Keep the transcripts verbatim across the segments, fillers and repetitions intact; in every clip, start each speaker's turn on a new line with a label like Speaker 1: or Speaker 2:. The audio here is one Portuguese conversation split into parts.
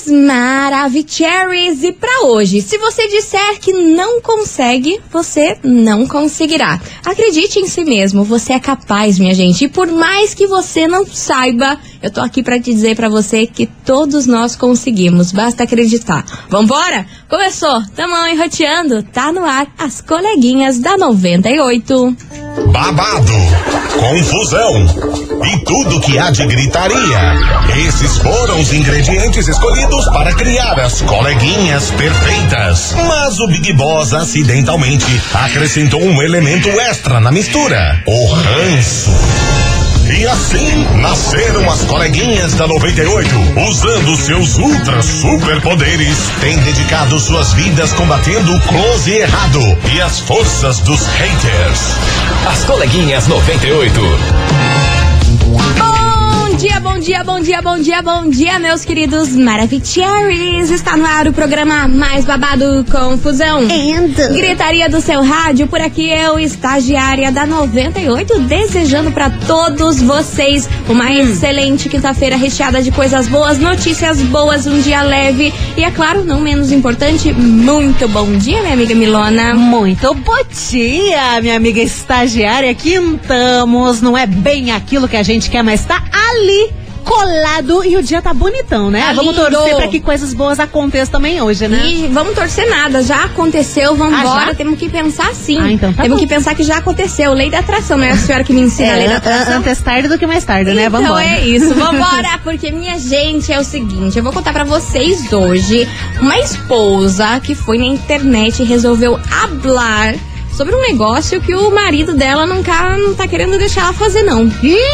Speaker 1: Maravicheries, e pra hoje, se você disser que não consegue, você não conseguirá. Acredite em si mesmo, você é capaz, minha gente, e por mais que você não saiba, eu tô aqui pra te dizer pra você que todos nós conseguimos, basta acreditar. Vambora? Começou, tamo enroteando, tá no ar, as coleguinhas da noventa e oito.
Speaker 2: Babado, confusão e tudo que há de gritaria. Esses foram os ingredientes escolhidos para criar as coleguinhas perfeitas. Mas o Big Boss acidentalmente acrescentou um elemento extra na mistura: o ranço. E assim nasceram as coleguinhas da noventa e oito, usando seus ultra superpoderes, têm dedicado suas vidas combatendo o close e errado e as forças dos haters.
Speaker 3: As coleguinhas noventa e oito.
Speaker 1: Bom dia, bom dia, bom dia, bom dia, bom dia, meus queridos Maravicheries. Está no ar o programa mais babado, Confusão.
Speaker 4: And...
Speaker 1: Gritaria do seu rádio, por aqui eu, estagiária da noventa e oito, desejando para todos vocês uma hum. excelente quinta-feira recheada de coisas boas, notícias boas, um dia leve e, é claro, não menos importante, muito bom dia, minha amiga Milona.
Speaker 4: Muito bom dia, minha amiga estagiária. Quintamos, não é bem aquilo que a gente quer, mas tá ali colado e o dia tá bonitão, né?
Speaker 1: Tá
Speaker 4: vamos
Speaker 1: lindo.
Speaker 4: torcer pra que coisas boas aconteçam também hoje, né?
Speaker 1: E vamos torcer nada, já aconteceu, vamos embora, ah, temos que pensar sim.
Speaker 4: Ah, então tá
Speaker 1: temos
Speaker 4: bom.
Speaker 1: que pensar que já aconteceu, lei da atração, não é a senhora que me ensina
Speaker 4: é,
Speaker 1: a lei da atração?
Speaker 4: Antes tarde do que mais tarde, né?
Speaker 1: Então
Speaker 4: Vambora.
Speaker 1: é isso, vambora, porque minha gente, é o seguinte, eu vou contar pra vocês hoje uma esposa que foi na internet e resolveu hablar sobre um negócio que o marido dela não tá, não tá querendo deixar ela fazer, não.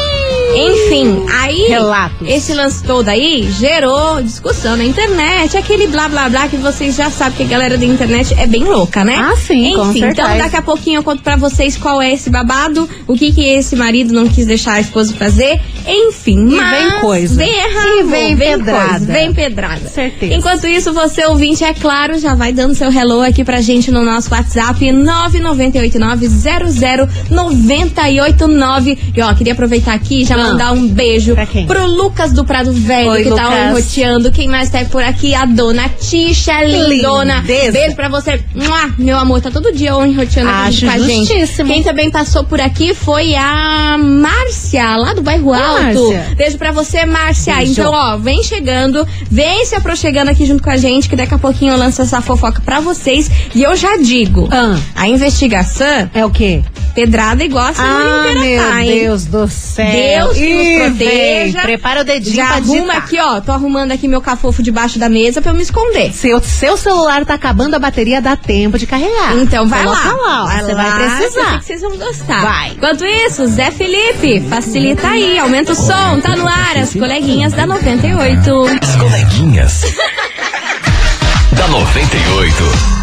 Speaker 1: Enfim, aí
Speaker 4: Relatos.
Speaker 1: esse lance todo aí gerou discussão na internet, aquele blá blá blá que vocês já sabem que a galera da internet é bem louca, né?
Speaker 4: Ah, sim,
Speaker 1: Enfim,
Speaker 4: com certeza.
Speaker 1: Então daqui a pouquinho eu conto pra vocês qual é esse babado, o que que esse marido não quis deixar a esposa fazer, enfim.
Speaker 4: E
Speaker 1: mas
Speaker 4: vem coisa.
Speaker 1: Vem errado,
Speaker 4: E vem pedrada.
Speaker 1: Coisa, vem pedrada.
Speaker 4: Certeza.
Speaker 1: Enquanto isso, você ouvinte, é claro, já vai dando seu hello aqui pra gente no nosso WhatsApp nove nove oito nove zero zero nove oito nove. E ó, queria aproveitar aqui e já
Speaker 4: ah.
Speaker 1: mandar um beijo pro Lucas do Prado Velho. Oi, que Lucas. Tá enroteando. Quem mais tá por aqui? A dona Tisha, lindona.
Speaker 4: Lindeza.
Speaker 1: Beijo pra você. Mua, meu amor, tá todo dia enroteando aqui com a gente. Quem também passou por aqui foi a Márcia, lá do Bairro Alto.
Speaker 4: Márcia.
Speaker 1: Beijo pra você, Márcia.
Speaker 4: Beijo.
Speaker 1: Então, ó, vem chegando, vem se aproximando aqui junto com a gente, que daqui a pouquinho eu lanço essa fofoca pra vocês. E eu já digo,
Speaker 4: ah.
Speaker 1: a investigação
Speaker 4: é o quê?
Speaker 1: Pedrada igual a
Speaker 4: Ah, meu
Speaker 1: tá,
Speaker 4: Deus do céu.
Speaker 1: Deus que
Speaker 4: Ih,
Speaker 1: nos proteja.
Speaker 4: Vem, prepara o dedinho
Speaker 1: já
Speaker 4: pra
Speaker 1: arruma
Speaker 4: digitar.
Speaker 1: aqui, ó. Tô arrumando aqui meu cafofo debaixo da mesa pra eu me esconder.
Speaker 4: Seu, seu celular tá acabando a bateria, dá tempo de carregar.
Speaker 1: Então vai
Speaker 4: Coloca
Speaker 1: lá.
Speaker 4: lá, ó.
Speaker 1: Vai
Speaker 4: Você
Speaker 1: lá,
Speaker 4: vai precisar.
Speaker 1: eu sei que vocês vão gostar.
Speaker 4: Vai.
Speaker 1: Enquanto isso, Zé Felipe, facilita aí, aumenta o som, tá no ar, as coleguinhas da noventa e oito.
Speaker 3: As coleguinhas da noventa e oito.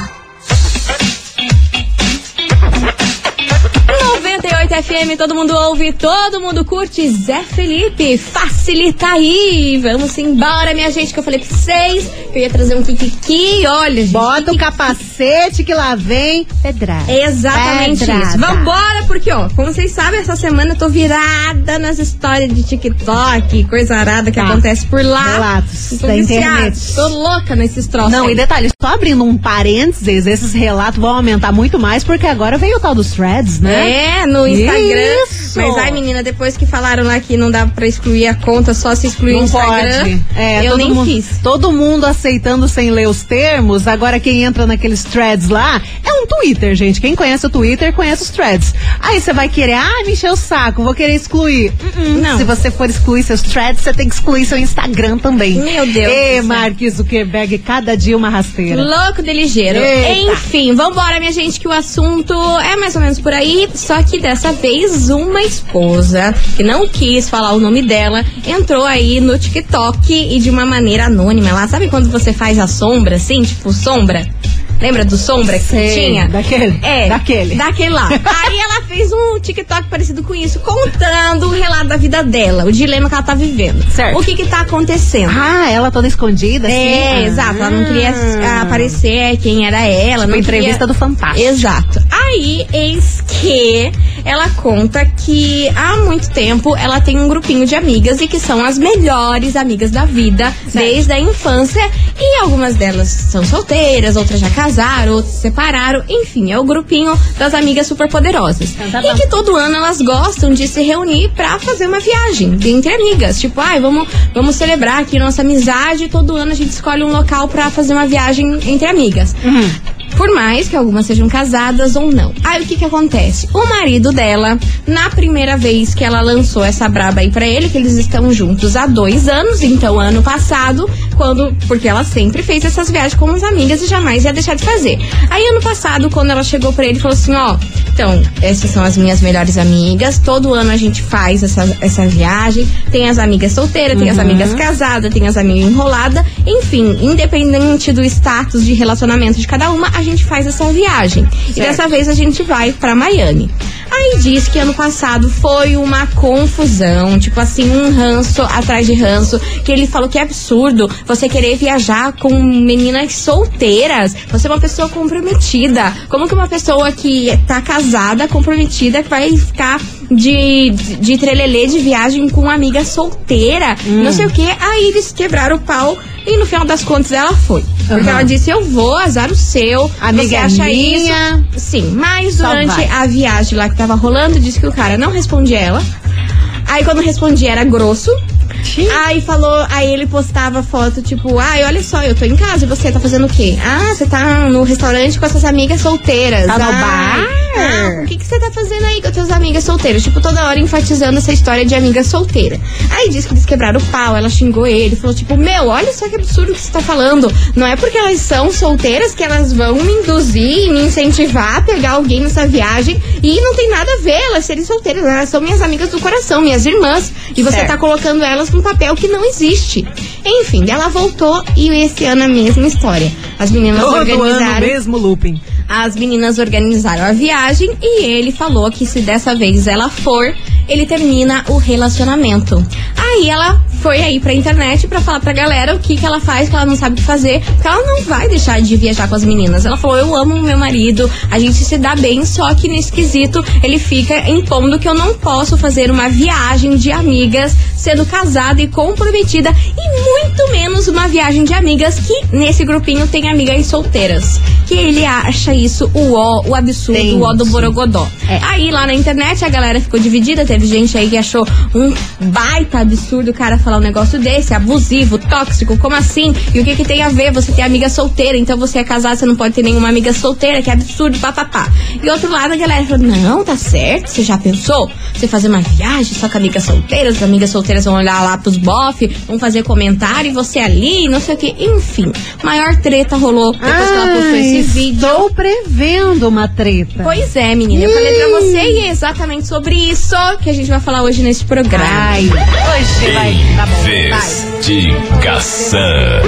Speaker 1: noventa e oito F M, todo mundo ouve, todo mundo curte. Zé Felipe, facilita aí. Vamos embora, minha gente, que eu falei pra vocês que eu ia trazer um kikiki. Olha, gente,
Speaker 4: bota
Speaker 1: kikiki.
Speaker 4: o capacete que lá vem pedrada.
Speaker 1: Exatamente
Speaker 4: pedrada.
Speaker 1: isso. Vambora, porque, ó, como vocês sabem, essa semana eu tô virada nas histórias de TikTok, coisa arada que tá. acontece por lá.
Speaker 4: Relatos
Speaker 1: tô
Speaker 4: da
Speaker 1: viciada,
Speaker 4: internet.
Speaker 1: tô louca nesses troços.
Speaker 4: Não,
Speaker 1: aí.
Speaker 4: e detalhe, só abrindo um parênteses, esses relatos vão aumentar muito mais, porque agora veio o tal dos threads, né?
Speaker 1: É, no Instagram.
Speaker 4: Isso.
Speaker 1: Mas, ai, menina, depois que falaram lá que não dá pra excluir a conta, só se excluir o Instagram,
Speaker 4: pode. É,
Speaker 1: eu
Speaker 4: todo
Speaker 1: nem
Speaker 4: mundo,
Speaker 1: fiz.
Speaker 4: Todo mundo aceitando sem ler os termos. Agora quem entra naqueles threads lá é um Twitter, gente. Quem conhece o Twitter, conhece os threads. Aí você vai querer, ah, me encher o saco, vou querer excluir. Uh-uh. Não. Se você for excluir seus threads, você tem que excluir seu Instagram também.
Speaker 1: Meu Deus.
Speaker 4: Ê, Mark Zuckerberg, cada dia uma rasteira.
Speaker 1: Louco de ligeiro.
Speaker 4: Eita.
Speaker 1: Enfim, vambora, minha gente, que o assunto é mais ou menos por aí, só que dessa vez uma esposa, que não quis falar o nome dela, entrou aí no TikTok e de uma maneira anônima. Lá, sabe quando você faz a sombra, assim, tipo sombra? Lembra do Sombra que
Speaker 4: Sei,
Speaker 1: tinha?
Speaker 4: Daquele.
Speaker 1: É,
Speaker 4: daquele.
Speaker 1: Daquele lá. Aí ela fez um TikTok parecido com isso, contando o relato da vida dela, o dilema que ela tá vivendo.
Speaker 4: Certo.
Speaker 1: O que que tá acontecendo.
Speaker 4: Ah, ela toda escondida, assim?
Speaker 1: É,
Speaker 4: ah.
Speaker 1: exato. Ela não queria ah, aparecer quem era ela.
Speaker 4: Tipo,
Speaker 1: não
Speaker 4: entrevista
Speaker 1: queria...
Speaker 4: do Fantástico.
Speaker 1: Exato. Aí, eis que ela conta que há muito tempo ela tem um grupinho de amigas e que são as melhores amigas da vida, certo, desde a infância. E algumas delas são solteiras, outras já casaram, outras se separaram. Enfim, é o grupinho das amigas superpoderosas. Então, tá, e que todo ano elas gostam de se reunir pra fazer uma viagem entre amigas. Tipo, ai, vamos, vamos celebrar aqui nossa amizade. Todo ano a gente escolhe um local pra fazer uma viagem entre amigas. Uhum. Por mais que algumas sejam casadas ou não. Aí o que que acontece? O marido dela, na primeira vez que ela lançou essa braba aí pra ele, que eles estão juntos há dois anos, então ano passado, quando, porque ela sempre fez essas viagens com as amigas e jamais ia deixar de fazer. Aí ano passado, quando ela chegou pra ele e falou assim, ó, então, essas são as minhas melhores amigas, todo ano a gente faz essa, essa viagem, tem as amigas solteiras, tem uhum. as amigas casadas, tem as amigas enroladas, enfim, independente do status de relacionamento de cada uma, a gente faz essa viagem. Certo. E dessa vez a gente vai pra Miami. Aí diz que ano passado foi uma confusão, tipo assim, um ranço atrás de ranço, que ele falou que é absurdo você querer viajar com meninas solteiras, você é uma pessoa comprometida, como que uma pessoa que tá casada, comprometida, que vai ficar de, de, de trelelê de viagem com uma amiga solteira, hum. não sei o que. Aí eles quebraram o pau e no final das contas ela foi. Porque uhum. ela disse, eu vou, azar o seu.
Speaker 4: Amiga
Speaker 1: você acha
Speaker 4: minha.
Speaker 1: Isso? Sim, mas durante a viagem lá que tava rolando, disse que o cara não respondia ela. Aí quando respondia era grosso. Sim. Aí falou, aí ele postava foto, tipo, ai, olha só, eu tô em casa e você tá fazendo o quê? Ah, você tá no restaurante com essas amigas solteiras.
Speaker 4: Tá no
Speaker 1: ai,
Speaker 4: bar?
Speaker 1: Ah, o que que você tá fazendo aí com as suas amigas solteiras? Tipo, toda hora enfatizando essa história de amiga solteira. Aí disse que eles quebraram o pau, ela xingou ele, falou tipo, meu, olha só que absurdo que você tá falando. Não é porque elas são solteiras que elas vão me induzir, me incentivar a pegar alguém nessa viagem. E não tem nada a ver elas serem solteiras, elas são minhas amigas do coração, minhas irmãs. E você certo. Tá colocando elas num papel que não existe. Enfim, ela voltou e esse ano a mesma história. As meninas
Speaker 4: Todo
Speaker 1: organizaram...
Speaker 4: ano mesmo looping.
Speaker 1: As meninas organizaram a viagem e ele falou que se dessa vez ela for, ele termina o relacionamento. Aí ela foi aí pra internet pra falar pra galera o que que ela faz, que ela não sabe o que fazer, porque ela não vai deixar de viajar com as meninas. Ela falou, eu amo meu marido, a gente se dá bem, só que nesse quesito ele fica impondo que eu não posso fazer uma viagem de amigas sendo casada e comprometida, e muito menos uma viagem de amigas que nesse grupinho tem amigas solteiras. Que ele acha isso o ó, o absurdo, Entendi. O ó do borogodó. É. Aí lá na internet a galera ficou dividida, teve gente aí que achou um baita absurdo o cara falar um negócio desse, abusivo, tóxico, como assim? E o que que tem a ver? Você tem amiga solteira, então você é casado, você não pode ter nenhuma amiga solteira, que absurdo, papapá. E outro lado a galera falou, não, tá certo, você já pensou? Você fazer uma viagem só com amigas solteiras, as amigas solteiras vão olhar lá pros bofe, vão fazer comentário e você ali, não sei o que, enfim. Maior treta rolou depois Ai, que ela postou esse vídeo.
Speaker 4: Estou prevendo uma treta.
Speaker 1: Pois é, menina, eu falei pra você e é exatamente sobre isso que a gente vai falar hoje nesse programa.
Speaker 4: Ai, hoje vai, tá bom,
Speaker 3: Investigação.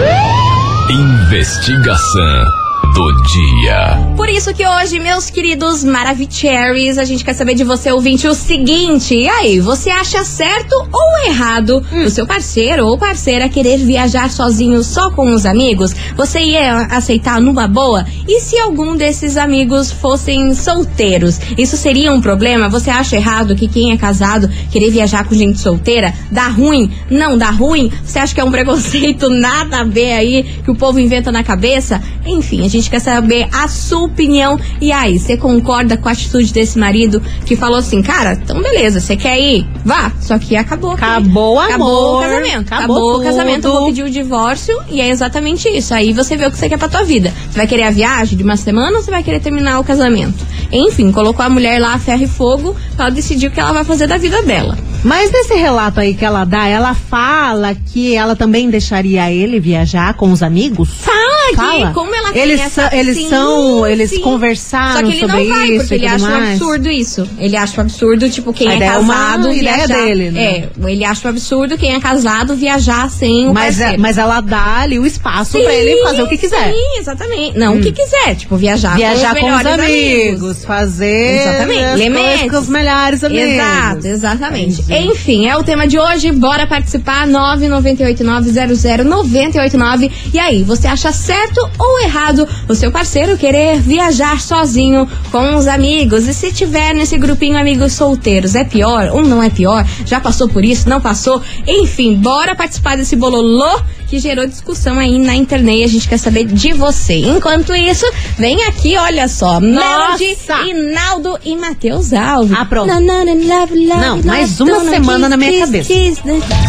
Speaker 3: Investigação do dia.
Speaker 1: Por isso que hoje, meus queridos Maravicheries, a gente quer saber de você, ouvinte, o seguinte. E aí, você acha certo ou errado hum. o seu parceiro ou parceira querer viajar sozinho só com os amigos? Você ia aceitar numa boa? E se algum desses amigos fossem solteiros? Isso seria um problema? Você acha errado que quem é casado querer viajar com gente solteira? Dá ruim? Não dá ruim? Você acha que é um preconceito nada a ver aí que o povo inventa na cabeça? Enfim, a gente quer saber a sua opinião. E aí, você concorda com a atitude desse marido que falou assim, cara, então beleza, você quer ir? Vá, só que acabou.
Speaker 4: Acabou o amor.
Speaker 1: Acabou o casamento. Acabou, acabou o casamento, eu vou pedir o divórcio e é exatamente isso. Aí você vê o que você quer pra tua vida. Você vai querer a viagem de uma semana ou você vai querer terminar o casamento? Enfim, colocou a mulher lá a ferro e fogo pra ela decidir o que ela vai fazer da vida dela.
Speaker 4: Mas nesse relato aí que ela dá, ela fala que ela também deixaria ele viajar com os amigos?
Speaker 1: Fala, fala. Que como ela tem
Speaker 4: Eles,
Speaker 1: essa,
Speaker 4: são, eles
Speaker 1: sim,
Speaker 4: são, eles
Speaker 1: sim.
Speaker 4: conversaram
Speaker 1: Só que ele
Speaker 4: sobre
Speaker 1: não vai,
Speaker 4: isso
Speaker 1: porque
Speaker 4: e
Speaker 1: ele
Speaker 4: tudo
Speaker 1: acha um
Speaker 4: mais.
Speaker 1: absurdo isso. Ele acha um absurdo, tipo, quem
Speaker 4: A
Speaker 1: é
Speaker 4: ideia é uma
Speaker 1: casado
Speaker 4: ideia
Speaker 1: viajar.
Speaker 4: dele, né?
Speaker 1: É, ele acha um absurdo quem é casado viajar sem o
Speaker 4: Mas, é,
Speaker 1: parceiro.
Speaker 4: mas ela dá ali o espaço
Speaker 1: Sim,
Speaker 4: pra ele fazer o que quiser.
Speaker 1: Sim, exatamente. Não o que quiser, tipo, viajar,
Speaker 4: Viajar
Speaker 1: com
Speaker 4: com
Speaker 1: os
Speaker 4: os
Speaker 1: melhores
Speaker 4: amigos,
Speaker 1: amigos.
Speaker 4: Fazer
Speaker 1: Exatamente.
Speaker 4: as
Speaker 1: Limites.
Speaker 4: coisas com os melhores amigos.
Speaker 1: Exato, exatamente.
Speaker 4: Entendi.
Speaker 1: Enfim, é o tema de hoje. Bora participar. nove nove oito nove zero zero nove oito nove. E aí, você acha certo ou errado o seu parceiro querer viajar sozinho com os amigos? E se tiver nesse grupinho amigos solteiros, é pior ou não é pior? Já passou por isso? Não passou? Enfim, bora participar desse bololô que gerou discussão aí na internet. A gente quer saber de você. Enquanto isso, vem aqui, olha só. Melody, Inaldo e Matheus Alves.
Speaker 4: Ah, pronto.
Speaker 1: Na, na, na, love, love,
Speaker 4: Não,
Speaker 1: love,
Speaker 4: mais uma
Speaker 1: don't
Speaker 4: semana
Speaker 1: kiss,
Speaker 4: na minha
Speaker 1: kiss,
Speaker 4: cabeça.
Speaker 1: kiss,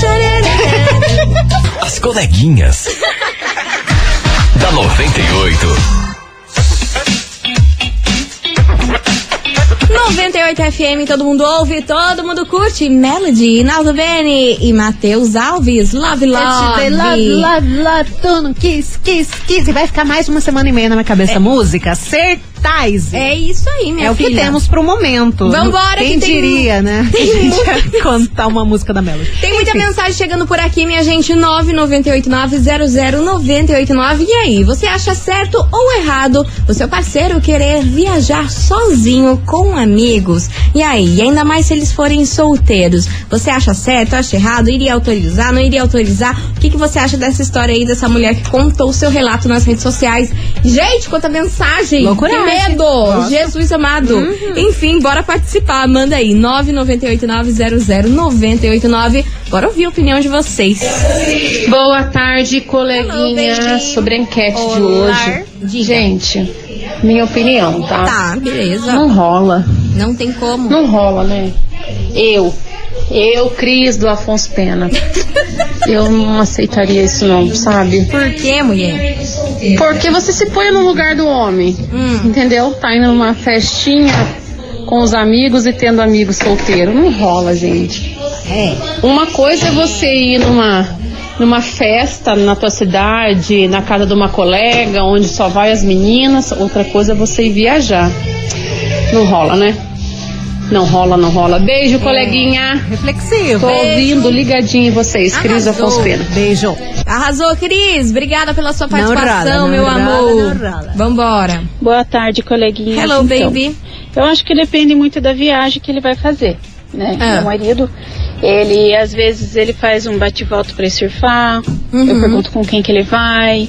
Speaker 3: As coleguinhas. Da noventa e oito.
Speaker 1: noventa e oito F M, todo mundo ouve, todo mundo curte. Melody, Inaldo Bene e Matheus Alves. Love, love.
Speaker 4: Love, love, love, tu não quis, quis, quis. E vai ficar mais de uma semana e meia na minha cabeça.
Speaker 1: É.
Speaker 4: Música, certeza.
Speaker 1: É isso aí, minha
Speaker 4: É o
Speaker 1: filha.
Speaker 4: que temos pro momento.
Speaker 1: Vambora,
Speaker 4: Quem
Speaker 1: que tem-
Speaker 4: diria, né? Que a gente ia cantar uma música da Melody.
Speaker 1: Tem muita
Speaker 4: Enfim.
Speaker 1: mensagem chegando por aqui, minha gente. nove nove oito nove zero zero nove oito nove. E aí, você acha certo ou errado o seu parceiro querer viajar sozinho com amigos? E aí, ainda mais se eles forem solteiros, você acha certo, acha errado? Iria autorizar, não iria autorizar? O que, que você acha dessa história aí, dessa mulher que contou o seu relato nas redes sociais? Gente, quanta mensagem!
Speaker 4: Loucuragem.
Speaker 1: Que medo!
Speaker 4: Nossa.
Speaker 1: Jesus amado!
Speaker 4: Uhum.
Speaker 1: Enfim, bora participar. Manda aí, nove nove oito nove zero zero nove oito nove. Bora ouvir a opinião de vocês.
Speaker 5: Boa tarde, coleguinha.
Speaker 1: Hello, baby.
Speaker 5: Sobre a enquete
Speaker 1: Olá.
Speaker 5: de hoje.
Speaker 1: Diga.
Speaker 5: Gente, minha opinião, tá?
Speaker 1: Tá, beleza.
Speaker 5: Não rola.
Speaker 1: Não tem como.
Speaker 5: Não rola, né? Eu, eu, Cris do Afonso Pena. Eu não aceitaria isso não, sabe?
Speaker 1: Por quê, mulher?
Speaker 5: Porque você se põe no lugar do homem,
Speaker 1: Hum.
Speaker 5: entendeu? Tá indo numa festinha com os amigos e tendo amigos solteiros. Não rola, gente.
Speaker 1: É.
Speaker 5: Uma coisa é você ir numa, numa festa na tua cidade, na casa de uma colega, onde só vai as meninas. Outra coisa é você ir viajar. Não rola, né? Não rola, não rola. Beijo, coleguinha.
Speaker 4: Reflexivo.
Speaker 5: Tô ouvindo, ligadinho em vocês. Cris
Speaker 1: Arrasou.
Speaker 5: Afonso Pena.
Speaker 4: Beijo.
Speaker 1: Arrasou, Cris. Obrigada pela sua
Speaker 4: Não
Speaker 1: participação,
Speaker 4: rola,
Speaker 1: meu
Speaker 4: não rola,
Speaker 1: amor.
Speaker 4: não rola.
Speaker 1: Vambora.
Speaker 6: Boa tarde, coleguinha.
Speaker 1: Hello,
Speaker 6: Então,
Speaker 1: baby.
Speaker 6: eu acho que depende muito da viagem que ele vai fazer, né?
Speaker 1: Ah.
Speaker 6: Meu marido, ele, às vezes, ele faz um bate-volta pra ir surfar.
Speaker 1: Uhum.
Speaker 6: Eu pergunto com quem que ele vai.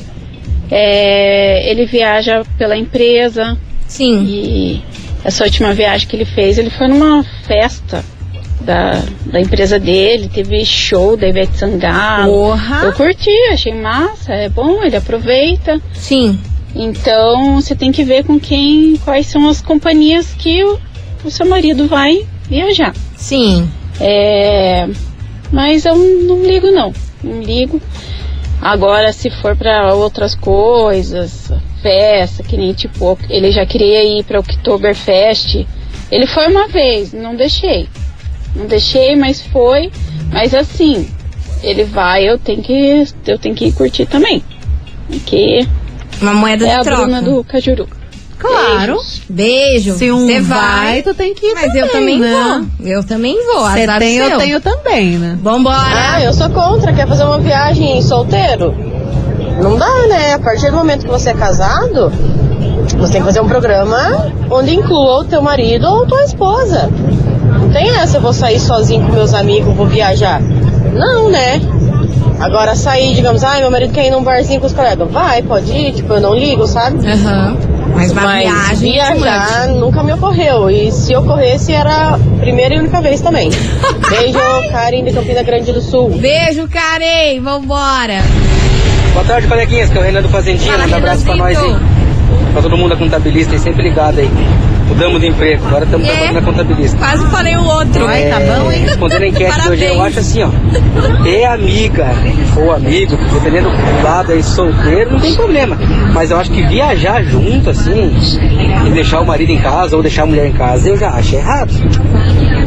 Speaker 6: É, ele viaja pela empresa.
Speaker 1: Sim.
Speaker 6: E essa última viagem que ele fez, ele foi numa festa da, da empresa dele. Teve show da Ivete Sangalo.
Speaker 4: Porra.
Speaker 6: Eu curti, achei massa. É bom, ele aproveita.
Speaker 1: Sim.
Speaker 6: Então você tem que ver com quem, quais são as companhias que o, o seu marido vai viajar.
Speaker 1: Sim.
Speaker 6: É, mas eu não ligo não, não ligo. Agora se for para outras coisas, festa, que nem tipo, ele já queria ir para o Oktoberfest. Ele foi uma vez, não deixei. Não deixei, mas foi. Mas assim, ele vai, eu tenho que, eu tenho que curtir também. Porque
Speaker 1: Uma moeda
Speaker 6: é
Speaker 1: de
Speaker 6: a
Speaker 1: troca.
Speaker 6: Bruna do Cajuru.
Speaker 4: Claro.
Speaker 6: Beijos.
Speaker 1: Beijo.
Speaker 4: Se um
Speaker 1: Você
Speaker 4: vai, tu tem que ir
Speaker 1: Mas
Speaker 4: também,
Speaker 1: eu também
Speaker 4: né?
Speaker 1: vou. Eu também vou.
Speaker 4: Você
Speaker 1: Azar
Speaker 4: tem,
Speaker 1: seu.
Speaker 4: eu tenho também, né?
Speaker 1: Vambora.
Speaker 7: Ah, eu sou contra. Quer fazer uma viagem solteiro? Não dá, né? A partir do momento que você é casado, você tem que fazer um programa onde inclua o teu marido ou tua esposa. Não tem essa, eu vou sair sozinho com meus amigos, vou viajar. Não, né? Agora sair, digamos, ah, meu marido quer ir num barzinho com os colegas. Vai, pode ir, tipo, eu não ligo, sabe?
Speaker 1: Aham. Mas uma
Speaker 7: Mas
Speaker 1: viagem.
Speaker 7: viajar nunca me ocorreu. E se ocorresse, era a primeira e única vez também. Beijo, Karen de Campina Grande do Sul.
Speaker 1: Beijo, Karen. Vambora.
Speaker 8: Boa tarde, coleguinhas, que é o Renan do Fazendinha,
Speaker 1: Fala,
Speaker 8: manda um abraço pra nós aí.
Speaker 1: Renanzinho.
Speaker 8: Pra todo mundo da contabilista aí, sempre ligado aí. Mudamos de emprego, agora estamos
Speaker 1: É.
Speaker 8: trabalhando na contabilista.
Speaker 1: Quase falei o outro.
Speaker 4: Ai, tá bom, hein?
Speaker 8: Respondendo a enquete de hoje, eu
Speaker 1: Parabéns.
Speaker 8: acho assim, ó. É amiga ou amigo, dependendo do lado aí, solteiro, não tem problema. Mas eu acho que viajar junto, assim, e deixar o marido em casa ou deixar a mulher em casa, eu já acho errado.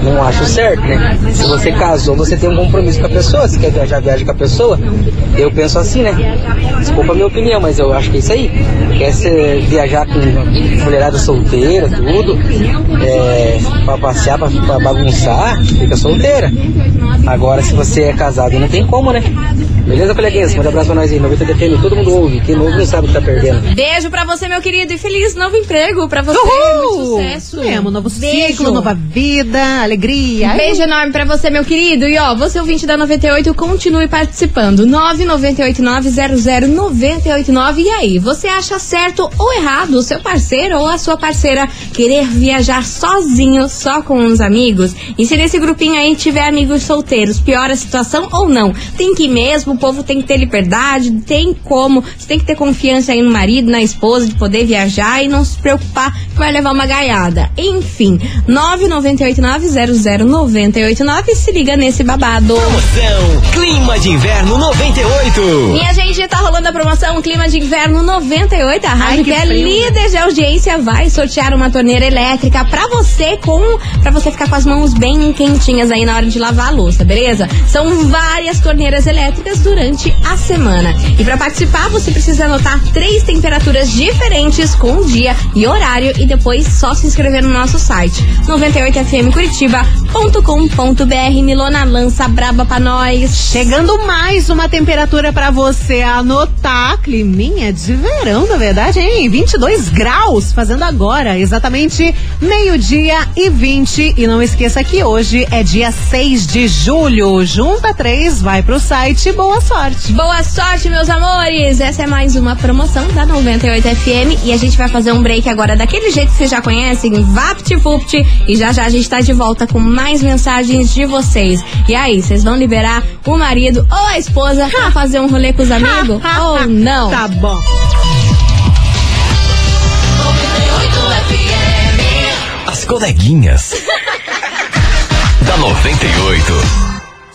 Speaker 8: não acho certo, né? Se você casou, você tem um compromisso com a pessoa, se quer viajar, viaja com a pessoa. Eu penso assim, né? Desculpa a minha opinião, mas eu acho que é isso aí. Quer ser, viajar com mulherada solteira, tudo, é, pra passear, pra, pra bagunçar, fica solteira. Agora, se você é casado, não tem como, né? Beleza, coleguinhas? Manda um abraço pra nós aí, noventa D F M, todo mundo ouve, quem não ouve não sabe o que tá perdendo.
Speaker 1: Beijo pra você, meu querido, e feliz novo emprego pra você.
Speaker 4: Uhul!
Speaker 1: Muito sucesso.
Speaker 4: Mesmo, novo
Speaker 1: Beijo.
Speaker 4: ciclo, nova vida, alegria.
Speaker 1: Um beijo enorme pra você, meu querido. E ó, você ouvinte da noventa e oito, continue participando. nove nove oito nove zero zero nove oito nove. E aí, você acha certo ou errado o seu parceiro ou a sua parceira querer viajar sozinho, só com os amigos? E se nesse grupinho aí tiver amigos solteiros, piora a situação ou não? Tem que ir mesmo, o povo tem que ter liberdade, tem como, você tem que ter confiança aí no marido, na esposa, de poder viajar e não se preocupar que vai levar uma gaiada. Enfim, nove nove oito nove zero zero nove oito nove, se liga nesse babado.
Speaker 3: Promoção Clima de Inverno noventa e oito.
Speaker 1: Minha gente, tá rolando a promoção Clima de Inverno noventa e oito. A rádio que, que é líder de audiência vai sortear uma torneira elétrica pra você, com pra você ficar com as mãos bem quentinhas aí na hora de lavar a louça, beleza? São várias torneiras elétricas durante a semana. E pra participar, você precisa anotar três temperaturas diferentes com dia e horário e depois só se inscrever no nosso site noventa e oito f m curitiba ponto com ponto b r. Milona, lança braba pra nós.
Speaker 4: Chegando mais uma temperatura pra você anotar, climinha de verão, na verdade, hein? vinte e dois graus, fazendo agora, exatamente meio-dia e vinte. E não esqueça que hoje é dia seis de julho. Junta três, vai pro site. Boa sorte.
Speaker 1: Boa sorte, meus amores. Essa é mais uma promoção da noventa e oito F M e a gente vai fazer um break agora daquele jeito que vocês já conhecem, VaptVupt, e já já a gente tá de volta com mais mensagens de vocês. E aí, vocês vão liberar o marido ou a esposa pra fazer um rolê com os amigos ou não?
Speaker 4: Tá bom.
Speaker 3: As coleguinhas da noventa e oito.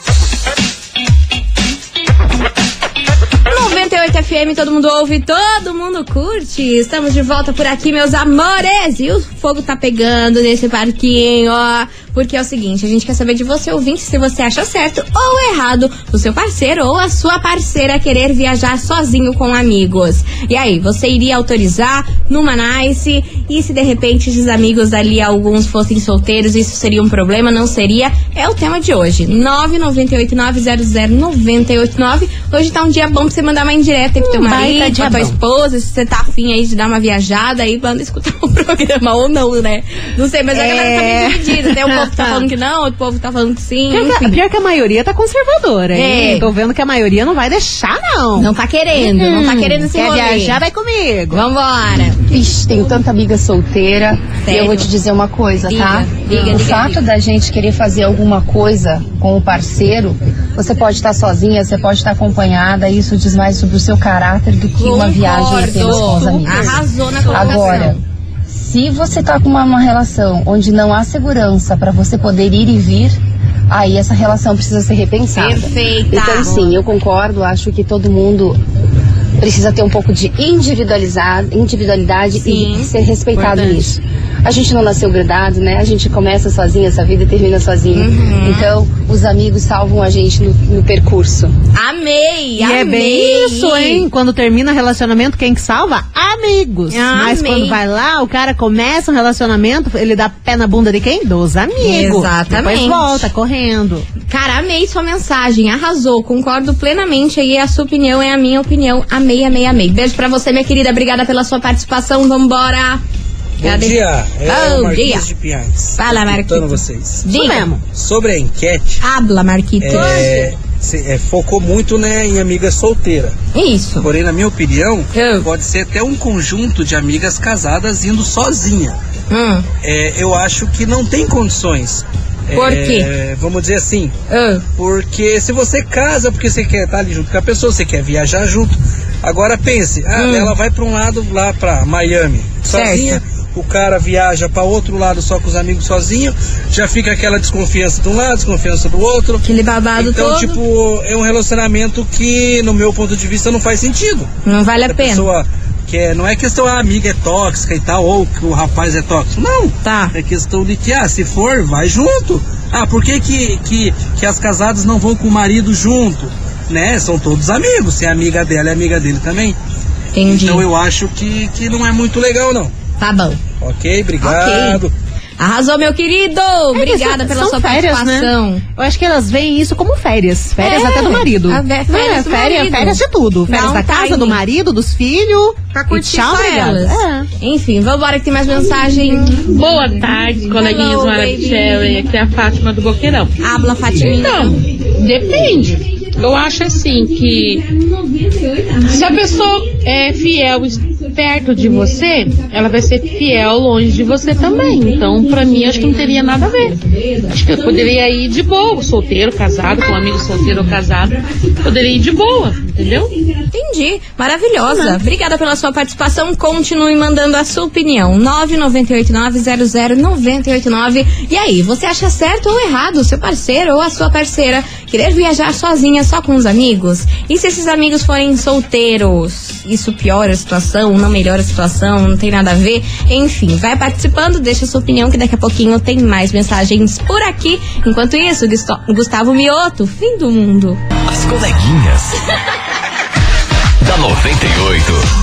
Speaker 1: noventa e oito F M, todo mundo ouve, todo mundo curte. Estamos de volta por aqui, meus amores. E o fogo tá pegando nesse parquinho, ó. Porque é o seguinte, a gente quer saber de você, ouvinte, se você acha certo ou errado o seu parceiro ou a sua parceira querer viajar sozinho com amigos. E aí, você iria autorizar numa nice? E se de repente os amigos ali, alguns fossem solteiros, isso seria um problema? Não seria? É o tema de hoje. nove nove oito nove zero zero nove oito nove. Hoje tá um dia bom pra você mandar uma indireta aí pro teu marido, pra tua esposa, se você tá afim aí de dar uma viajada aí, manda escutar o programa ou não, né? Não sei, mas é... a galera tá meio dividida. Tem um povo tá falando que não, outro povo tá falando que sim.
Speaker 4: Pior, que a, pior que a maioria tá conservadora, hein?
Speaker 1: É.
Speaker 4: Tô vendo que a maioria não vai deixar, não.
Speaker 1: Não tá querendo, hum, não tá querendo esse
Speaker 4: quer
Speaker 1: rolê.
Speaker 4: viajar, vai comigo.
Speaker 1: Vambora.
Speaker 9: Ixi, tenho tanta amiga solteira.
Speaker 1: Sério?
Speaker 9: E eu vou te dizer uma coisa,
Speaker 1: diga,
Speaker 9: tá?
Speaker 1: Diga,
Speaker 9: o
Speaker 1: diga,
Speaker 9: fato
Speaker 1: diga.
Speaker 9: da gente querer fazer alguma coisa com o parceiro, você pode estar sozinha, você pode estar acompanhada, isso diz mais sobre o seu caráter do que
Speaker 1: Concordo.
Speaker 9: uma viagem apenas com os amigos.
Speaker 1: Arrasou na colocação.
Speaker 9: Agora, se você tá com uma, uma relação onde não há segurança para você poder ir e vir, aí essa relação precisa ser repensada.
Speaker 1: Perfeita.
Speaker 9: Então sim, eu concordo, acho que todo mundo precisa ter um pouco de individualizado, individualidade
Speaker 1: Sim,
Speaker 9: e ser respeitado
Speaker 1: importante.
Speaker 9: nisso. A gente não nasceu grudado, né? A gente começa sozinho essa vida e termina sozinho.
Speaker 1: Uhum.
Speaker 9: Então, os amigos salvam a gente no, no percurso.
Speaker 1: Amei,
Speaker 4: E
Speaker 1: amei.
Speaker 4: é bem isso, hein? Quando termina relacionamento, quem que salva? Amigos.
Speaker 1: Amei.
Speaker 4: Mas quando vai lá, o cara começa um relacionamento, ele dá pé na bunda de quem? Dos amigos.
Speaker 1: Exatamente.
Speaker 4: Depois volta, correndo.
Speaker 1: Cara, amei sua mensagem, arrasou, concordo plenamente aí, a sua opinião é a minha opinião, amei, amei, amei. Beijo pra você, minha querida, obrigada pela sua participação, vambora.
Speaker 10: Bom
Speaker 1: Cadê?
Speaker 10: dia, é
Speaker 1: Bom
Speaker 10: o Marquinhos
Speaker 1: dia.
Speaker 10: de Pinhais.
Speaker 1: Fala,
Speaker 10: Escutando
Speaker 1: Marquito.
Speaker 10: vocês.
Speaker 1: Diga.
Speaker 4: mesmo.
Speaker 10: Sobre a enquete,
Speaker 1: Habla, Marquito.
Speaker 10: é, se- é, focou muito, né, em amiga solteira.
Speaker 1: Isso.
Speaker 10: Porém, na minha opinião,
Speaker 1: Eu.
Speaker 10: pode ser até um conjunto de amigas casadas indo sozinha.
Speaker 1: Hum.
Speaker 10: É, eu acho que não tem condições.
Speaker 1: Por
Speaker 10: É,
Speaker 1: quê?
Speaker 10: Vamos dizer assim,
Speaker 1: Ah.
Speaker 10: porque se você casa porque você quer estar ali junto com a pessoa, você quer viajar junto. Agora pense, ah,
Speaker 1: Hum.
Speaker 10: ela vai para um lado lá para Miami,
Speaker 1: Certo.
Speaker 10: sozinha, o cara viaja para outro lado só com os amigos sozinho, já fica aquela desconfiança de um lado, desconfiança do outro.
Speaker 1: Aquele babado
Speaker 10: Então,
Speaker 1: todo.
Speaker 10: tipo, é um relacionamento que, no meu ponto de vista, não faz sentido.
Speaker 1: Não vale a
Speaker 10: A
Speaker 1: pena.
Speaker 10: pessoa que é, não é questão a amiga é tóxica e tal, ou que o rapaz é tóxico. Não,
Speaker 1: tá.
Speaker 10: É questão de que, ah, se for, vai junto. Ah, por que que, que, que as casadas não vão com o marido junto? Né? São todos amigos, se é amiga dela, é amiga dele também.
Speaker 1: Entendi.
Speaker 10: Então eu acho que, que não é muito legal, não.
Speaker 1: Tá bom.
Speaker 10: Ok, obrigado.
Speaker 1: Okay. Arrasou, meu querido! Obrigada é, pela sua
Speaker 4: férias,
Speaker 1: participação.
Speaker 4: Né? Eu acho que elas veem isso como férias. Férias é, até do marido.
Speaker 1: A férias, é, do
Speaker 4: férias,
Speaker 1: marido.
Speaker 4: férias de tudo. Férias
Speaker 1: Não,
Speaker 4: da casa,
Speaker 1: time.
Speaker 4: do marido, dos filhos.
Speaker 1: Pra curtir
Speaker 4: tchau,
Speaker 1: só elas.
Speaker 4: É.
Speaker 1: Enfim, vambora que tem mais mensagem.
Speaker 11: Boa tarde, coleguinhas maravilhosas. Aqui é a Fátima do Boqueirão.
Speaker 1: Habla, Fátima.
Speaker 11: Então, depende. Eu acho assim que se a pessoa é fiel perto de você, ela vai ser fiel longe de você também. Então, pra mim, acho que não teria nada a ver. Acho que eu poderia ir de boa, solteiro, casado, com um amigo solteiro ou casado. Poderia ir de boa, entendeu?
Speaker 1: Entendi. Maravilhosa. Obrigada pela sua participação. Continue mandando a sua opinião. nove nove oito nove zero zero nove oito nove. E aí, você acha certo ou errado o seu parceiro ou a sua parceira querer viajar sozinha só com os amigos? E se esses amigos forem solteiros? Isso piora a situação, não melhora a situação, não tem nada a ver? Enfim, vai participando, deixa a sua opinião que daqui a pouquinho tem mais mensagens por aqui. Enquanto isso, Gustavo Mioto, fim do mundo.
Speaker 3: As coleguinhas da noventa e oito.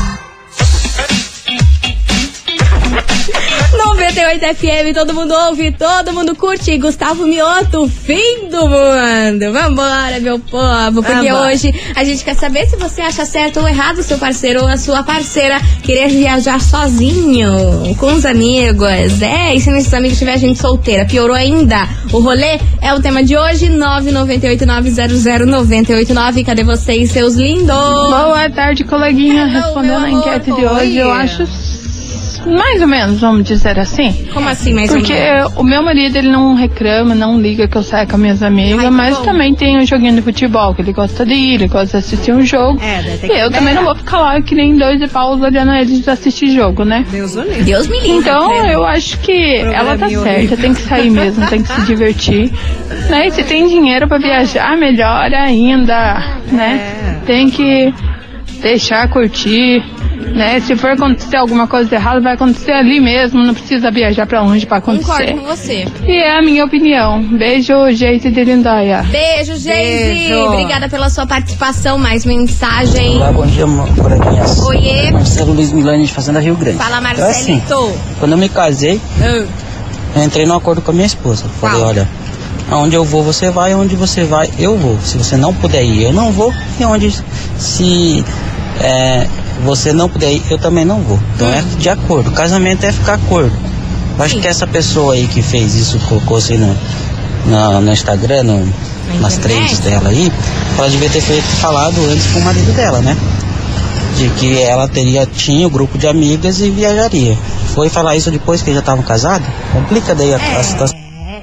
Speaker 1: noventa e oito F M, todo mundo ouve, todo mundo curte. Gustavo Mioto, fim do mundo. Vambora, meu povo, porque
Speaker 4: Vambora.
Speaker 1: Hoje a gente quer saber se você acha certo ou errado o seu parceiro ou a sua parceira querer viajar sozinho, com os amigos. É, e se nesses amigos tiver gente solteira, piorou ainda. O rolê é o tema de hoje, nove nove oito nove zero zero nove oito nove. Cadê vocês, seus lindos?
Speaker 6: Boa tarde, coleguinha.
Speaker 1: Hello,
Speaker 6: Respondendo a enquete de
Speaker 1: Oi.
Speaker 6: hoje, eu acho mais ou menos, vamos dizer assim.
Speaker 1: Como assim, mais
Speaker 6: Porque
Speaker 1: ou menos?
Speaker 6: o meu marido, ele não reclama, não liga que eu saio com as minhas amigas,
Speaker 1: Ai,
Speaker 6: mas
Speaker 1: bom.
Speaker 6: também tem um joguinho de futebol que ele gosta de ir, ele gosta de assistir um jogo.
Speaker 4: É, deve ter
Speaker 6: E
Speaker 4: que
Speaker 6: eu também não vou ficar lá que nem dois de paus olhando eles assistir jogo, né?
Speaker 4: Deus o livre.
Speaker 1: Deus me livre.
Speaker 6: Então,
Speaker 1: credo.
Speaker 6: eu acho que ela tá
Speaker 4: Programinha
Speaker 6: certa,
Speaker 4: horrível.
Speaker 6: tem que sair mesmo, tem que se divertir. Né? E se tem dinheiro pra viajar, melhor ainda, né?
Speaker 4: É.
Speaker 6: Tem que deixar curtir, né? Se for acontecer alguma coisa errada, vai acontecer ali mesmo, não precisa viajar pra longe pra
Speaker 1: Concordo
Speaker 6: acontecer.
Speaker 1: com você.
Speaker 6: E é a minha opinião. Beijo, Geise de Lindóia.
Speaker 1: Beijo, Geise.
Speaker 4: Beijo.
Speaker 1: Obrigada pela sua participação. Mais mensagem.
Speaker 8: Olá, bom dia, coleguinhas.
Speaker 1: Oiê.
Speaker 8: Marcelo Luiz Milani de Fazenda Rio Grande.
Speaker 1: Fala,
Speaker 8: Então, assim,
Speaker 1: Marcelito.
Speaker 8: quando eu me casei,
Speaker 1: Ah,
Speaker 8: eu entrei num acordo com a minha esposa. Falei,
Speaker 1: Qual?
Speaker 8: olha, aonde eu vou, você vai, aonde você vai, eu vou. Se você não puder ir, eu não vou. E onde se é, você não puder ir, eu também não vou. Então é de acordo. Casamento é ficar acordo. Eu acho
Speaker 1: Sim.
Speaker 8: que essa pessoa aí que fez isso, colocou assim no, no, no Instagram, no, nas
Speaker 1: internet?
Speaker 8: trends dela aí, ela devia ter feito, falado antes com o marido dela, né? De que ela teria, tinha o grupo de amigas e viajaria. Foi falar isso depois que já estavam casados? Complica daí a, a situação.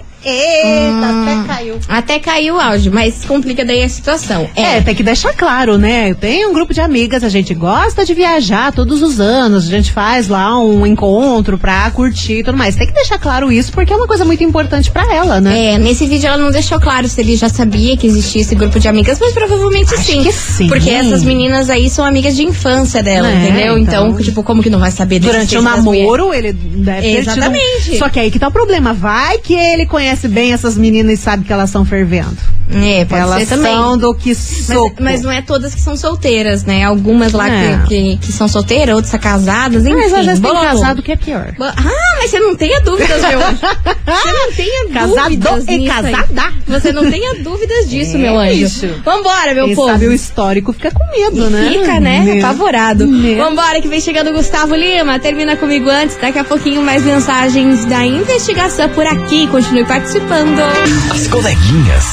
Speaker 4: Eita, até caiu.
Speaker 1: até caiu o áudio, mas complica daí a situação.
Speaker 4: É, tem que deixar claro, né? Eu tenho um grupo de amigas, a gente gosta de viajar todos os anos, a gente faz lá um encontro pra curtir e tudo mais. Tem que deixar claro isso, porque é uma coisa muito importante pra ela, né?
Speaker 1: É, nesse vídeo ela não deixou claro se ele já sabia que existia esse grupo de amigas, mas provavelmente
Speaker 4: Acho
Speaker 1: sim.
Speaker 4: que sim.
Speaker 1: Porque essas meninas aí são amigas de infância dela,
Speaker 4: É,
Speaker 1: entendeu? Então,
Speaker 4: então,
Speaker 1: tipo, como que não vai saber da
Speaker 4: Durante o
Speaker 1: existência das mulheres?
Speaker 4: namoro, ele deve ter tido um-
Speaker 1: Exatamente.
Speaker 4: Só que aí que tá o problema. Vai que ele conhece bem essas meninas e sabe que elas estão fervendo.
Speaker 1: É, pode
Speaker 4: Elas
Speaker 1: ser também.
Speaker 4: são do que
Speaker 1: Mas,
Speaker 4: soco.
Speaker 1: mas não é todas que são solteiras, né? Algumas lá
Speaker 4: É.
Speaker 1: que, que, que são solteiras, outras casadas, enfim.
Speaker 4: Mas às vezes tem
Speaker 1: bololô.
Speaker 4: casado que é pior.
Speaker 1: Bo- Ah, mas você não tenha dúvidas, meu anjo. Você não tenha
Speaker 4: Casado
Speaker 1: dúvidas
Speaker 4: e
Speaker 1: nisso aí.
Speaker 4: casada.
Speaker 1: Você não tenha dúvidas disso,
Speaker 4: É
Speaker 1: meu anjo.
Speaker 4: isso.
Speaker 1: Vambora, meu
Speaker 4: Quem
Speaker 1: povo.
Speaker 4: sabe o histórico fica com medo, né?
Speaker 1: Fica, né?
Speaker 4: Medo.
Speaker 1: Apavorado.
Speaker 4: Medo.
Speaker 1: Vambora, que vem chegando o Gustavo Lima. Termina comigo antes. Daqui a pouquinho mais mensagens da investigação por aqui. Continue participando.
Speaker 3: As coleguinhas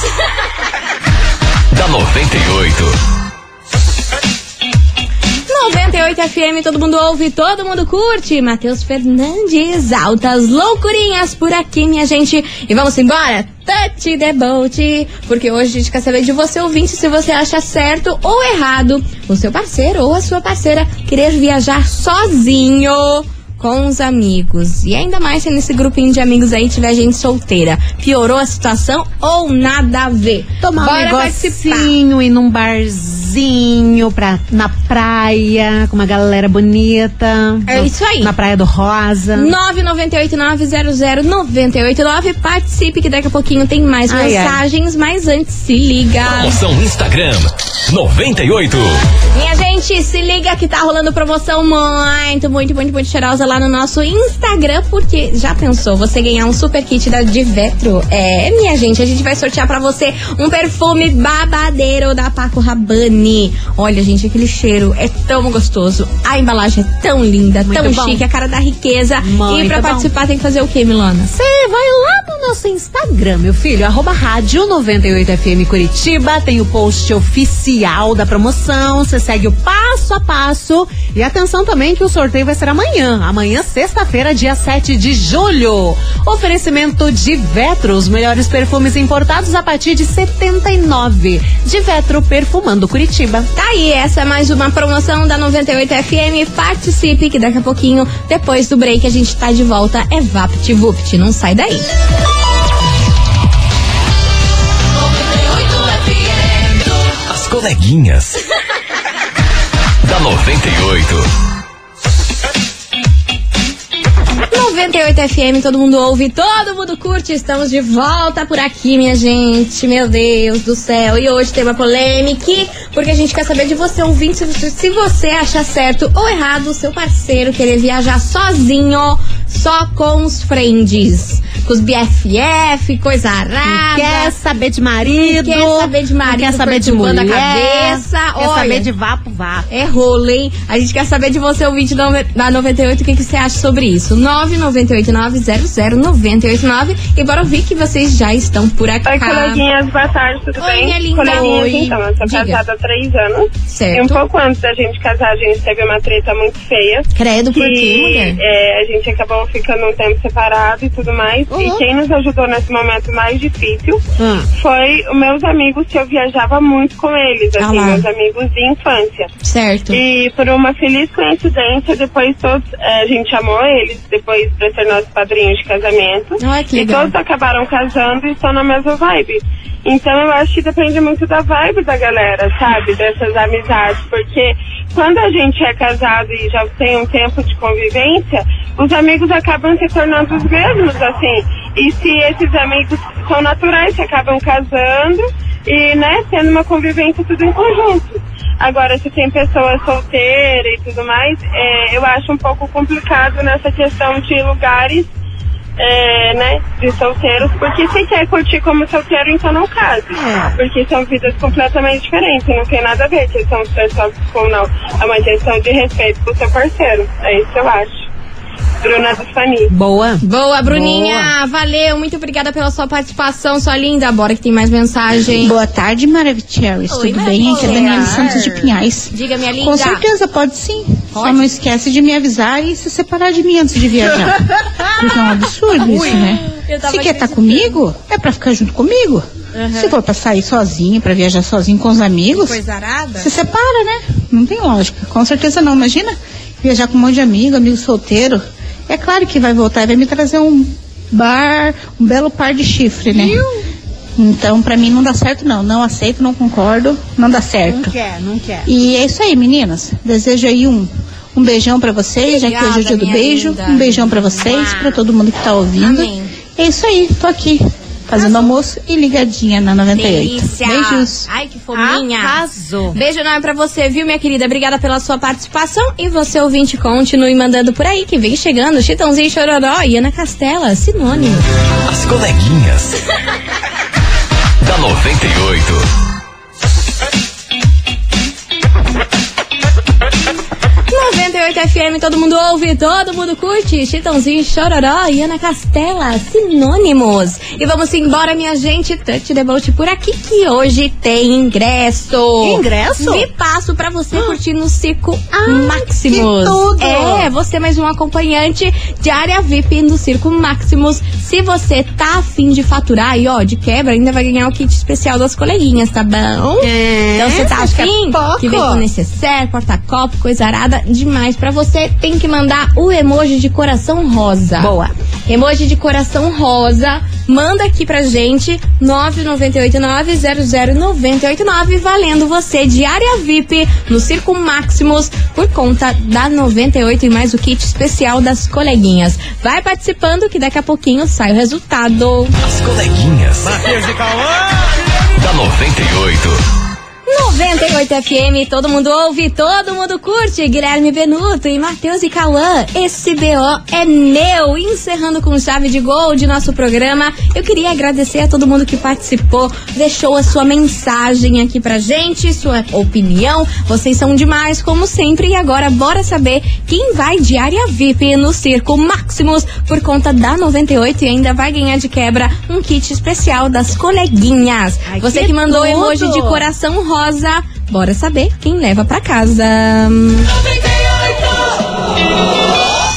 Speaker 3: da noventa e oito.
Speaker 1: noventa e oito F M, todo mundo ouve, todo mundo curte. Matheus Fernandes, altas loucurinhas por aqui, minha gente. E vamos embora? Touch the boat. Porque hoje a gente quer saber de você, ouvinte, se você acha certo ou errado o seu parceiro ou a sua parceira querer viajar sozinho com os amigos. E ainda mais se nesse grupinho de amigos aí tiver gente solteira. Piorou a situação ou nada a ver?
Speaker 4: Tomar
Speaker 1: Bora
Speaker 4: um
Speaker 1: participar.
Speaker 4: negocinho, ir num barzinho, barzinho, pra, na praia, com uma galera bonita.
Speaker 1: É
Speaker 4: no,
Speaker 1: isso aí.
Speaker 4: Na Praia do Rosa.
Speaker 1: nove nove oito nove zero zero nove oito nove. Participe que daqui a pouquinho tem mais ai, mensagens, ai. Mas antes se liga.
Speaker 3: Promoção Instagram noventa e oito.
Speaker 1: Minha gente, se liga que tá rolando promoção muito, muito, muito, muito cheirosa lá no nosso Instagram, porque já pensou você ganhar um super kit da Divetro? É, minha gente, a gente vai sortear pra você um perfume babadeiro da Paco Rabanne. Olha, gente, aquele cheiro é tão gostoso, a embalagem é tão linda, muito tão bom. Chique, a cara da riqueza. Muito e pra bom. Participar tem que fazer o quê, Milona?
Speaker 4: Você vai lá no nosso Instagram, meu filho, arroba rádio noventa e oito F M Curitiba, tem o post oficial da promoção, você segue o passo a passo. E atenção também que o sorteio vai ser amanhã, amanhã sexta-feira, dia sete de julho. Oferecimento de Divetro, os melhores perfumes importados a partir de setenta e nove. Divetro, perfumando Curitiba.
Speaker 1: Tá aí, essa é mais uma promoção da noventa e oito F M. Participe que daqui a pouquinho, depois do break, a gente tá de volta. É VaptVupt, não sai daí.
Speaker 3: As coleguinhas da noventa e oito.
Speaker 1: noventa e oito F M, todo mundo ouve, todo mundo curte. Estamos de volta por aqui, minha gente. Meu Deus do céu. E hoje tem uma polêmica, porque a gente quer saber de você, ouvinte, se, se você acha certo ou errado o seu parceiro querer viajar sozinho, só com os friends, com os B F F, coisa arada.
Speaker 4: Não quer saber de marido.
Speaker 1: Não quer saber de marido.
Speaker 4: Não quer saber de mulher.
Speaker 1: A cabeça.
Speaker 4: Quer
Speaker 1: Olha,
Speaker 4: saber de vapo, vapo.
Speaker 1: É rolo, hein? A gente quer saber de você, ouvinte da noventa e oito, o que, que você acha sobre isso. nove nove oito nove zero zero nove oito nove. E bora ouvir que vocês já estão por aqui.
Speaker 12: Oi, coleguinhas, boa tarde, tudo
Speaker 1: Oi,
Speaker 12: bem?
Speaker 1: Minha linda.
Speaker 12: Coleguinhas,
Speaker 1: Oi.
Speaker 12: Então, eu sou
Speaker 1: Diga.
Speaker 12: casada há três anos.
Speaker 1: Certo.
Speaker 12: E um pouco antes da gente casar, a gente teve uma treta muito feia.
Speaker 1: Credo,
Speaker 12: que,
Speaker 1: por quê, mulher?
Speaker 12: É, a gente acabou ficando um tempo separado e tudo mais.
Speaker 1: Uhum.
Speaker 12: E quem nos ajudou nesse momento mais difícil
Speaker 1: Hum.
Speaker 12: foi os meus amigos, que eu viajava muito com eles, assim,
Speaker 1: Ah lá.
Speaker 12: meus amigos de infância.
Speaker 1: Certo.
Speaker 12: E por uma feliz coincidência, depois todos, é, a gente chamou eles, depois pra ser nossos padrinhos de casamento.
Speaker 1: Ai, que
Speaker 12: e
Speaker 1: legal.
Speaker 12: todos acabaram casando e estão na mesma vibe. Então eu acho que depende muito da vibe da galera, sabe? Dessas amizades, porque quando a gente é casado e já tem um tempo de convivência, os amigos acabam se tornando os mesmos, assim. E se esses amigos são naturais, se acabam casando e, né, tendo uma convivência tudo em conjunto. Agora, se tem pessoa solteira e tudo mais, é, eu acho um pouco complicado nessa questão de lugares, é, né, de solteiros, porque se quer curtir como solteiro, então não case.
Speaker 4: É.
Speaker 12: Porque são vidas completamente diferentes, não tem nada a ver questão de ser tóxico ou não. É uma questão de respeito pro seu parceiro. É isso que eu acho. Bruna dos Fani.
Speaker 4: Boa.
Speaker 1: Boa, Bruninha. Boa. Valeu, muito obrigada pela sua participação, sua linda. Bora que tem mais mensagem.
Speaker 13: Boa tarde, Maravicheries. Tudo bem? Aqui é a Daniela Santos de Pinhais.
Speaker 1: Diga, minha linda.
Speaker 13: Com certeza, pode sim.
Speaker 1: Pode?
Speaker 13: Só não esquece de me avisar e se separar de mim antes de viajar. Porque é um absurdo isso, né? Se quer estar tá comigo, é pra ficar junto comigo. Uhum. Se for pra sair sozinho, pra viajar sozinho com os amigos,
Speaker 1: coisa arada,
Speaker 13: se separa, né? Não tem lógica. Com certeza não. Imagina viajar com um monte de amigo, amigo solteiro. É claro que vai voltar e vai me trazer um bar, um belo par de chifre, né? Iu. Então, pra mim não dá certo não. Não aceito, não concordo, não dá certo.
Speaker 4: Não quer, não quer.
Speaker 13: E é isso aí, meninas. Desejo aí um, um beijão pra vocês,
Speaker 1: Obrigada,
Speaker 13: já que hoje é o dia do beijo.
Speaker 1: Linda.
Speaker 13: Um beijão pra vocês, pra todo mundo que tá ouvindo.
Speaker 1: Amém.
Speaker 13: É isso aí, tô aqui. Fazendo almoço e ligadinha na noventa e oito.
Speaker 1: Delícia.
Speaker 13: Beijos.
Speaker 1: Ai, que fominha.
Speaker 4: Arrasou.
Speaker 1: Beijo enorme pra você, viu, minha querida? Obrigada pela sua participação. E você, ouvinte, continue mandando por aí, que vem chegando. Chitãozinho, Chororó e Ana Castela, sinônimo.
Speaker 3: As coleguinhas da noventa e oito.
Speaker 1: noventa e oito F M, todo mundo ouve, todo mundo curte. Chitãozinho, Chororó e Ana Castela, sinônimos. E vamos embora, minha gente. Touch the Boat por aqui, que hoje tem ingresso.
Speaker 4: Ingresso?
Speaker 1: E passo pra você
Speaker 4: ah.
Speaker 1: curtir no Circo
Speaker 4: ah,
Speaker 1: Maximus.
Speaker 4: Que tudo.
Speaker 1: É, você mais um acompanhante de área V I P no Circo Maximus. Se você tá afim de faturar e ó, de quebra, ainda vai ganhar o kit especial das coleguinhas, tá bom?
Speaker 4: É,
Speaker 1: então você tá afim?
Speaker 4: É
Speaker 1: que vem com necessaire, porta-copo, coisa arada demais pra você. Tem que mandar o emoji de coração rosa.
Speaker 4: Boa.
Speaker 1: emoji de coração rosa, manda aqui pra gente, nove nove oito nove zero zero nove oito nove, valendo você diária V I P no Circo Maximus por conta da noventa e oito e mais o kit especial das coleguinhas. Vai participando que daqui a pouquinho sai o resultado.
Speaker 3: As coleguinhas.
Speaker 2: Matheus e Cauã.
Speaker 3: Da noventa e oito.
Speaker 1: noventa e oito F M, todo mundo ouve, todo mundo curte. Guilherme Benuto e Matheus e Cauã, esse B O é meu. Encerrando com chave de gol de nosso programa, eu queria agradecer a todo mundo que participou, deixou a sua mensagem aqui pra gente, sua opinião. Vocês são demais, como sempre. E agora, bora saber quem vai de área V I P no Circo Maximus por conta da noventa e oito e ainda vai ganhar de quebra um kit especial das coleguinhas. Ai, Você que, que mandou tudo. Emoji de coração rosa, bora saber quem leva pra casa. noventa e oito!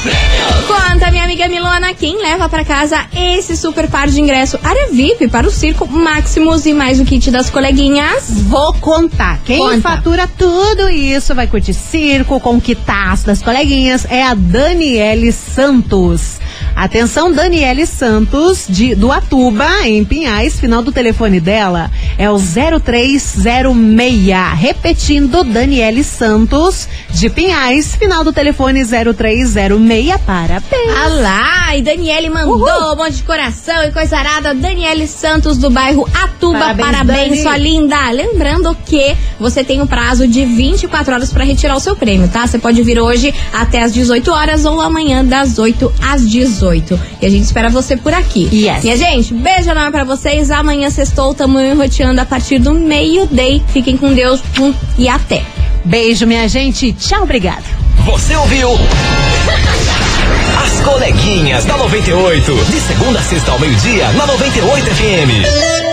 Speaker 1: Conta, minha amiga Milona, quem leva pra casa esse super par de ingresso área V I P para o Circo Maximus e mais o kit das coleguinhas?
Speaker 4: Vou contar. Quem Conta. fatura tudo isso, vai curtir circo com o quitaço das coleguinhas, é a Daniele Santos. Atenção, Daniele Santos, de, do Atuba, em Pinhais. Final do telefone dela é o zero três zero seis. Repetindo, Daniele Santos, de Pinhais. Final do telefone zero três zero seis. Parabéns.
Speaker 1: Ah lá, e Daniele mandou Uhul. um monte de coração e coisa arada. Daniele Santos, do bairro Atuba. Parabéns, Parabéns sua linda. Lembrando que você tem um prazo de vinte e quatro horas para retirar o seu prêmio, tá? Você pode vir hoje até às dezoito horas ou amanhã das oito às dezoito. E a gente espera você por aqui.
Speaker 4: Yes.
Speaker 1: Minha gente, beijo enorme pra vocês. Amanhã sextou, tamo enroteando a partir do meio-dia. Fiquem com Deus hum, e até.
Speaker 4: Beijo, minha gente. Tchau, obrigada.
Speaker 3: Você ouviu? As coleguinhas da noventa e oito. De segunda a sexta ao meio-dia, na noventa e oito F M.